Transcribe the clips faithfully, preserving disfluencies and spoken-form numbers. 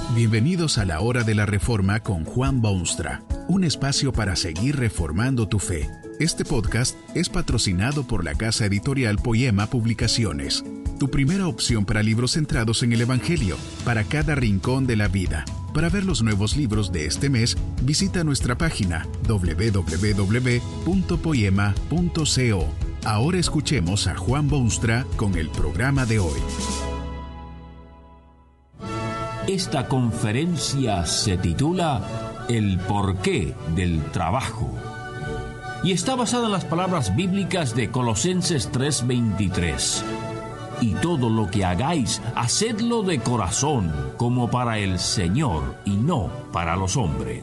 Bienvenidos a la Hora de la Reforma con Juan Boonstra, un espacio para seguir reformando tu fe. Este podcast es patrocinado por la casa editorial Poema Publicaciones, tu primera opción para libros centrados en el Evangelio, para cada rincón de la vida. Para ver los nuevos libros de este mes, visita nuestra página doble u doble u doble u punto poema punto co. Ahora escuchemos a Juan Boonstra con el programa de hoy. Esta conferencia se titula El porqué del trabajo y está basada en las palabras bíblicas de Colosenses tres veintitrés. Y todo lo que hagáis, hacedlo de corazón, como para el Señor y no para los hombres.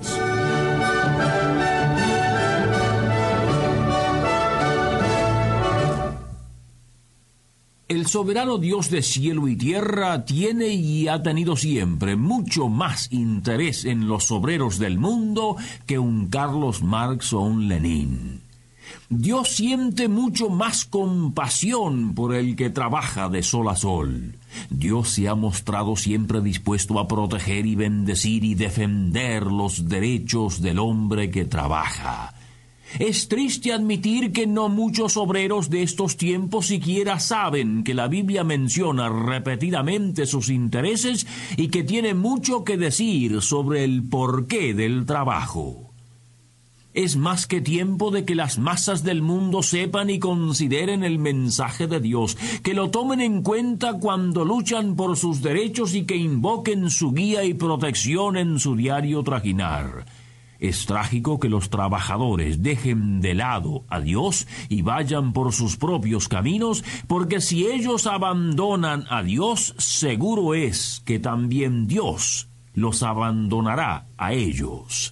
El soberano Dios de cielo y tierra tiene y ha tenido siempre mucho más interés en los obreros del mundo que un Carlos Marx o un Lenin. Dios siente mucho más compasión por el que trabaja de sol a sol. Dios se ha mostrado siempre dispuesto a proteger y bendecir y defender los derechos del hombre que trabaja. Es triste admitir que no muchos obreros de estos tiempos siquiera saben que la Biblia menciona repetidamente sus intereses y que tiene mucho que decir sobre el porqué del trabajo. Es más que tiempo de que las masas del mundo sepan y consideren el mensaje de Dios, que lo tomen en cuenta cuando luchan por sus derechos y que invoquen su guía y protección en su diario trajinar. Es trágico que los trabajadores dejen de lado a Dios y vayan por sus propios caminos, porque si ellos abandonan a Dios, seguro es que también Dios los abandonará a ellos.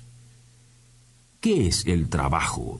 ¿Qué es el trabajo?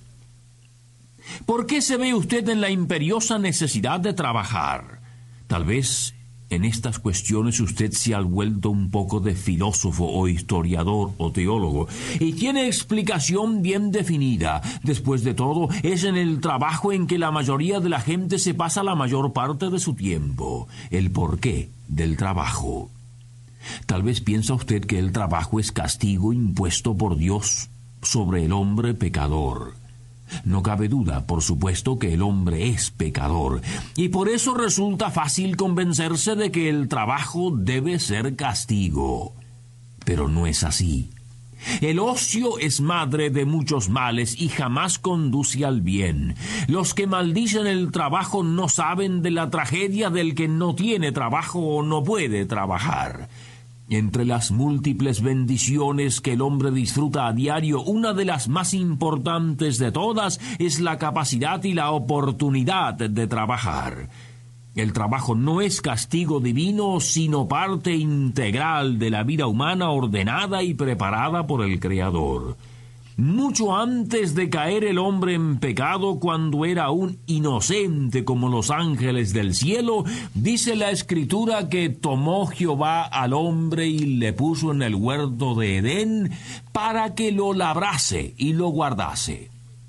¿Por qué se ve usted en la imperiosa necesidad de trabajar? Tal vez en estas cuestiones usted se ha vuelto un poco de filósofo o historiador o teólogo y tiene explicación bien definida. Después de todo, es en el trabajo en que la mayoría de la gente se pasa la mayor parte de su tiempo. El porqué del trabajo. Tal vez piensa usted que el trabajo es castigo impuesto por Dios sobre el hombre pecador. No cabe duda, por supuesto, que el hombre es pecador, y por eso resulta fácil convencerse de que el trabajo debe ser castigo. Pero no es así. El ocio es madre de muchos males y jamás conduce al bien. Los que maldicen el trabajo no saben de la tragedia del que no tiene trabajo o no puede trabajar. Entre las múltiples bendiciones que el hombre disfruta a diario, una de las más importantes de todas es la capacidad y la oportunidad de trabajar. El trabajo no es castigo divino, sino parte integral de la vida humana ordenada y preparada por el Creador. Mucho antes de caer el hombre en pecado, cuando era aún inocente como los ángeles del cielo, dice la Escritura que tomó Jehová al hombre y le puso en el huerto de Edén para que lo labrase y lo guardase.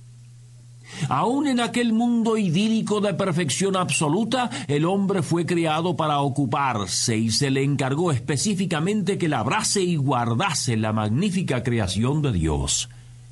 Aún en aquel mundo idílico de perfección absoluta, el hombre fue creado para ocuparse y se le encargó específicamente que labrase y guardase la magnífica creación de Dios.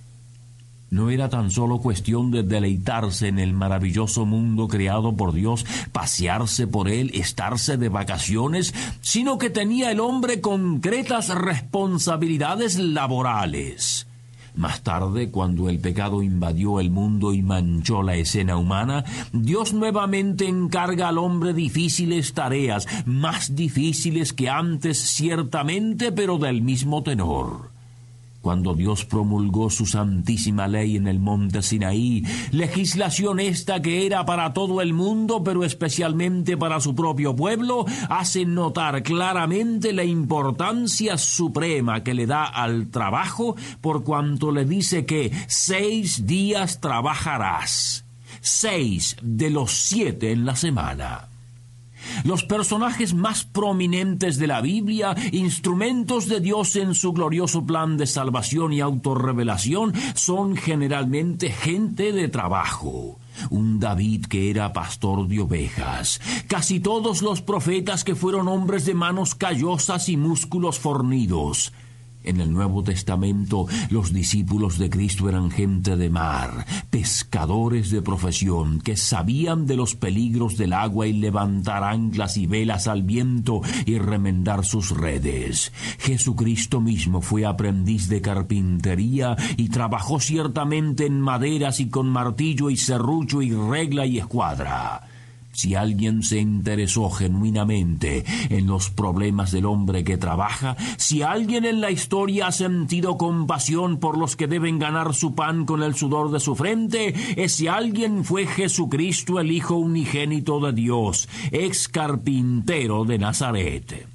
No era tan solo cuestión de deleitarse en el maravilloso mundo creado por Dios, pasearse por él, estarse de vacaciones, sino que tenía el hombre concretas responsabilidades laborales. Más tarde, cuando el pecado invadió el mundo y manchó la escena humana, Dios nuevamente encarga al hombre difíciles tareas, más difíciles que antes ciertamente, pero del mismo tenor. Cuando Dios promulgó su santísima ley en el monte Sinaí, legislación esta que era para todo el mundo, pero especialmente para su propio pueblo, hace notar claramente la importancia suprema que le da al trabajo, por cuanto le dice que seis días trabajarás, seis de los siete en la semana. Los personajes más prominentes de la Biblia, instrumentos de Dios en su glorioso plan de salvación y autorrevelación, son generalmente gente de trabajo. un David que era pastor de ovejas, casi todos los profetas que fueron hombres de manos callosas y músculos fornidos. En el Nuevo Testamento, los discípulos de Cristo eran gente de mar, pescadores de profesión, que sabían de los peligros del agua y levantar anclas y velas al viento y remendar sus redes. Jesucristo mismo fue aprendiz de carpintería y trabajó ciertamente en maderas y con martillo y serrucho y regla y escuadra. Si alguien se interesó genuinamente en los problemas del hombre que trabaja, si alguien en la historia ha sentido compasión por los que deben ganar su pan con el sudor de su frente, ese alguien fue Jesucristo, el Hijo unigénito de Dios, ex carpintero de Nazaret.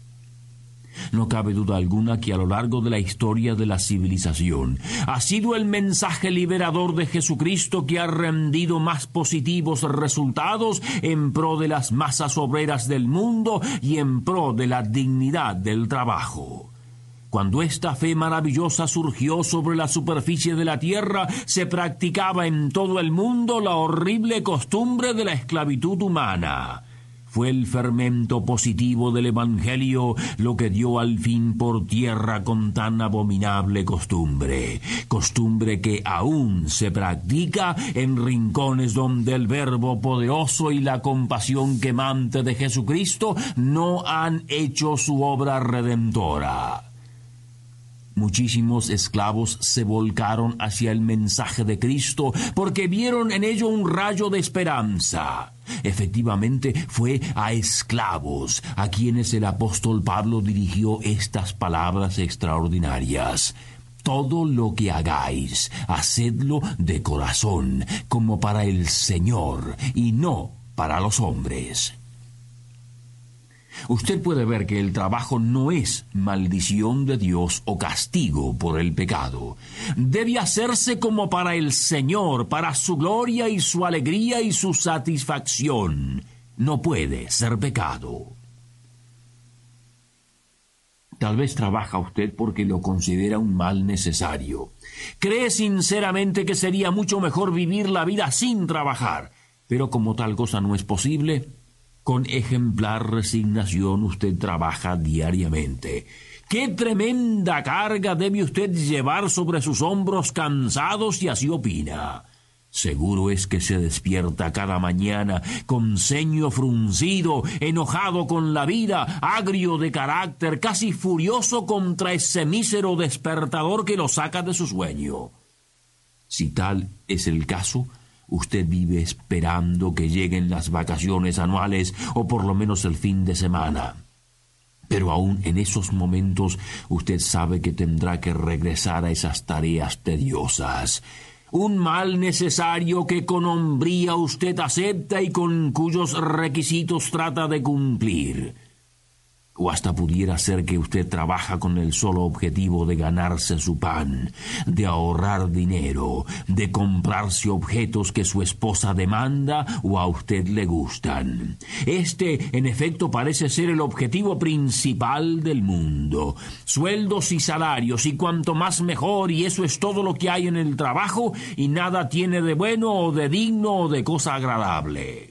No cabe duda alguna que a lo largo de la historia de la civilización ha sido el mensaje liberador de Jesucristo que ha rendido más positivos resultados en pro de las masas obreras del mundo y en pro de la dignidad del trabajo. Cuando esta fe maravillosa surgió sobre la superficie de la tierra, se practicaba en todo el mundo la horrible costumbre de la esclavitud humana. Fue el fermento positivo del Evangelio lo que dio al fin por tierra con tan abominable costumbre, costumbre que aún se practica en rincones donde el verbo poderoso y la compasión quemante de Jesucristo no han hecho su obra redentora. Muchísimos esclavos se volcaron hacia el mensaje de Cristo porque vieron en ello un rayo de esperanza. Efectivamente, fue a esclavos a quienes el apóstol Pablo dirigió estas palabras extraordinarias. Todo lo que hagáis, hacedlo de corazón, como para el Señor, y no para los hombres. Usted puede ver que el trabajo no es maldición de Dios o castigo por el pecado. Debe hacerse como para el Señor, para su gloria y su alegría y su satisfacción. No puede ser pecado. Tal vez trabaja usted porque lo considera un mal necesario. Cree sinceramente que sería mucho mejor vivir la vida sin trabajar, pero como tal cosa no es posible, con ejemplar resignación usted trabaja diariamente. ¡Qué tremenda carga debe usted llevar sobre sus hombros cansados! Y así opina. Seguro es que se despierta cada mañana con ceño fruncido, enojado con la vida, agrio de carácter, casi furioso contra ese mísero despertador que lo saca de su sueño. Si tal es el caso, usted vive esperando que lleguen las vacaciones anuales o por lo menos el fin de semana. Pero aún en esos momentos usted sabe que tendrá que regresar a esas tareas tediosas. Un mal necesario que con hombría usted acepta y con cuyos requisitos trata de cumplir. O hasta pudiera ser que usted trabaja con el solo objetivo de ganarse su pan, de ahorrar dinero, de comprarse objetos que su esposa demanda o a usted le gustan. Este, en efecto, parece ser el objetivo principal del mundo. Sueldos y salarios, y cuanto más mejor, y eso es todo lo que hay en el trabajo, y nada tiene de bueno o de digno o de cosa agradable.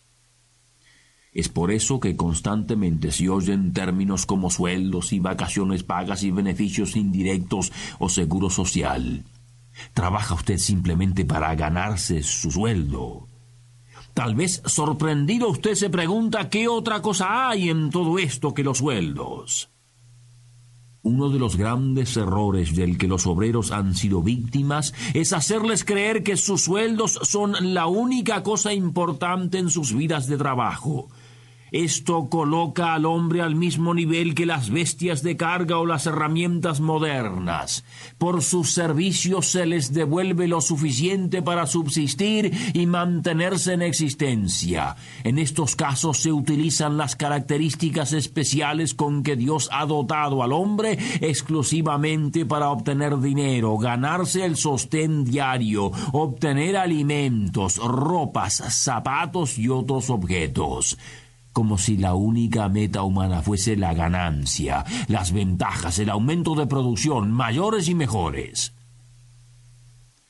Es por eso que constantemente se oyen términos como sueldos y vacaciones pagas y beneficios indirectos o seguro social. Trabaja usted simplemente para ganarse su sueldo. Tal vez sorprendido usted se pregunta qué otra cosa hay en todo esto que los sueldos. Uno de los grandes errores del que los obreros han sido víctimas es hacerles creer que sus sueldos son la única cosa importante en sus vidas de trabajo. Esto coloca al hombre al mismo nivel que las bestias de carga o las herramientas modernas. Por sus servicios se les devuelve lo suficiente para subsistir y mantenerse en existencia. En estos casos se utilizan las características especiales con que Dios ha dotado al hombre exclusivamente para obtener dinero, ganarse el sostén diario, obtener alimentos, ropas, zapatos y otros objetos. Como si la única meta humana fuese la ganancia, las ventajas, el aumento de producción, mayores y mejores.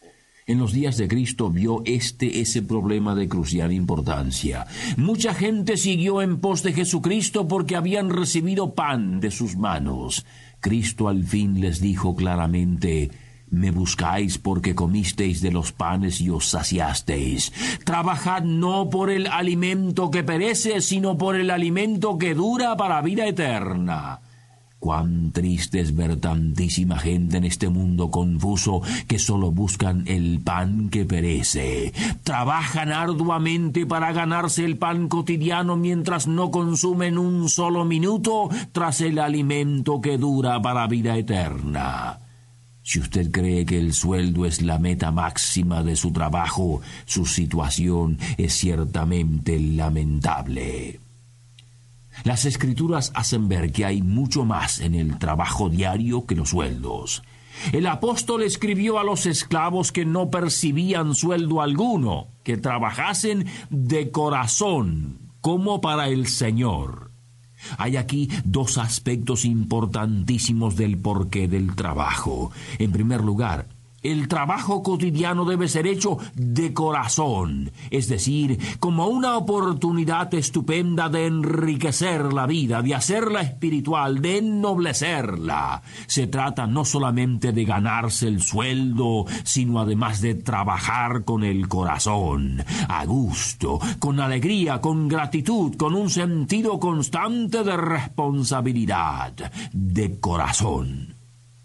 En los días de Cristo vio este ese problema de crucial importancia. Mucha gente siguió en pos de Jesucristo porque habían recibido pan de sus manos. Cristo al fin les dijo claramente: me buscáis porque comisteis de los panes y os saciasteis. Trabajad no por el alimento que perece, sino por el alimento que dura para vida eterna. Cuán triste es ver tantísima gente en este mundo confuso que solo buscan el pan que perece. Trabajan arduamente para ganarse el pan cotidiano mientras no consumen un solo minuto tras el alimento que dura para vida eterna. Si usted cree que el sueldo es la meta máxima de su trabajo, su situación es ciertamente lamentable. Las Escrituras hacen ver que hay mucho más en el trabajo diario que los sueldos. El apóstol escribió a los esclavos que no percibían sueldo alguno, que trabajasen de corazón, como para el Señor. Hay aquí dos aspectos importantísimos del porqué del trabajo. En primer lugar, el trabajo cotidiano debe ser hecho de corazón, es decir, como una oportunidad estupenda de enriquecer la vida, de hacerla espiritual, de ennoblecerla. Se trata no solamente de ganarse el sueldo, sino además de trabajar con el corazón, a gusto, con alegría, con gratitud, con un sentido constante de responsabilidad, de corazón.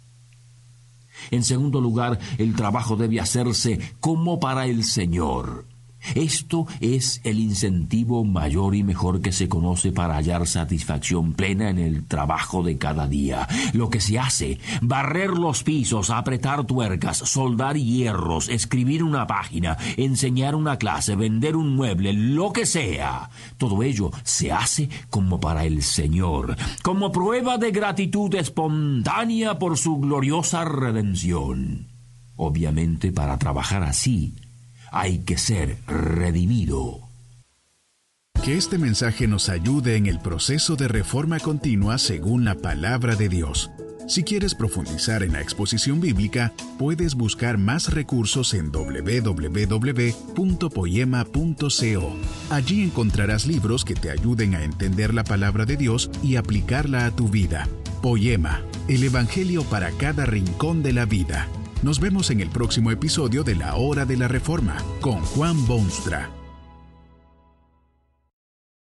En segundo lugar, el trabajo debe hacerse como para el Señor. Esto es el incentivo mayor y mejor que se conoce para hallar satisfacción plena en el trabajo de cada día. Lo que se hace: barrer los pisos, apretar tuercas, soldar hierros, escribir una página, enseñar una clase, vender un mueble, lo que sea. Todo ello se hace como para el Señor, como prueba de gratitud espontánea por su gloriosa redención. Obviamente, para trabajar así, hay que ser redimido. Que este mensaje nos ayude en el proceso de reforma continua según la palabra de Dios. Si quieres profundizar en la exposición bíblica, puedes buscar más recursos en doble u doble u doble u punto poema punto co. Allí encontrarás libros que te ayuden a entender la palabra de Dios y aplicarla a tu vida. Poema, el Evangelio para cada rincón de la vida. Nos vemos en el próximo episodio de La Hora de la Reforma con Juan Boonstra.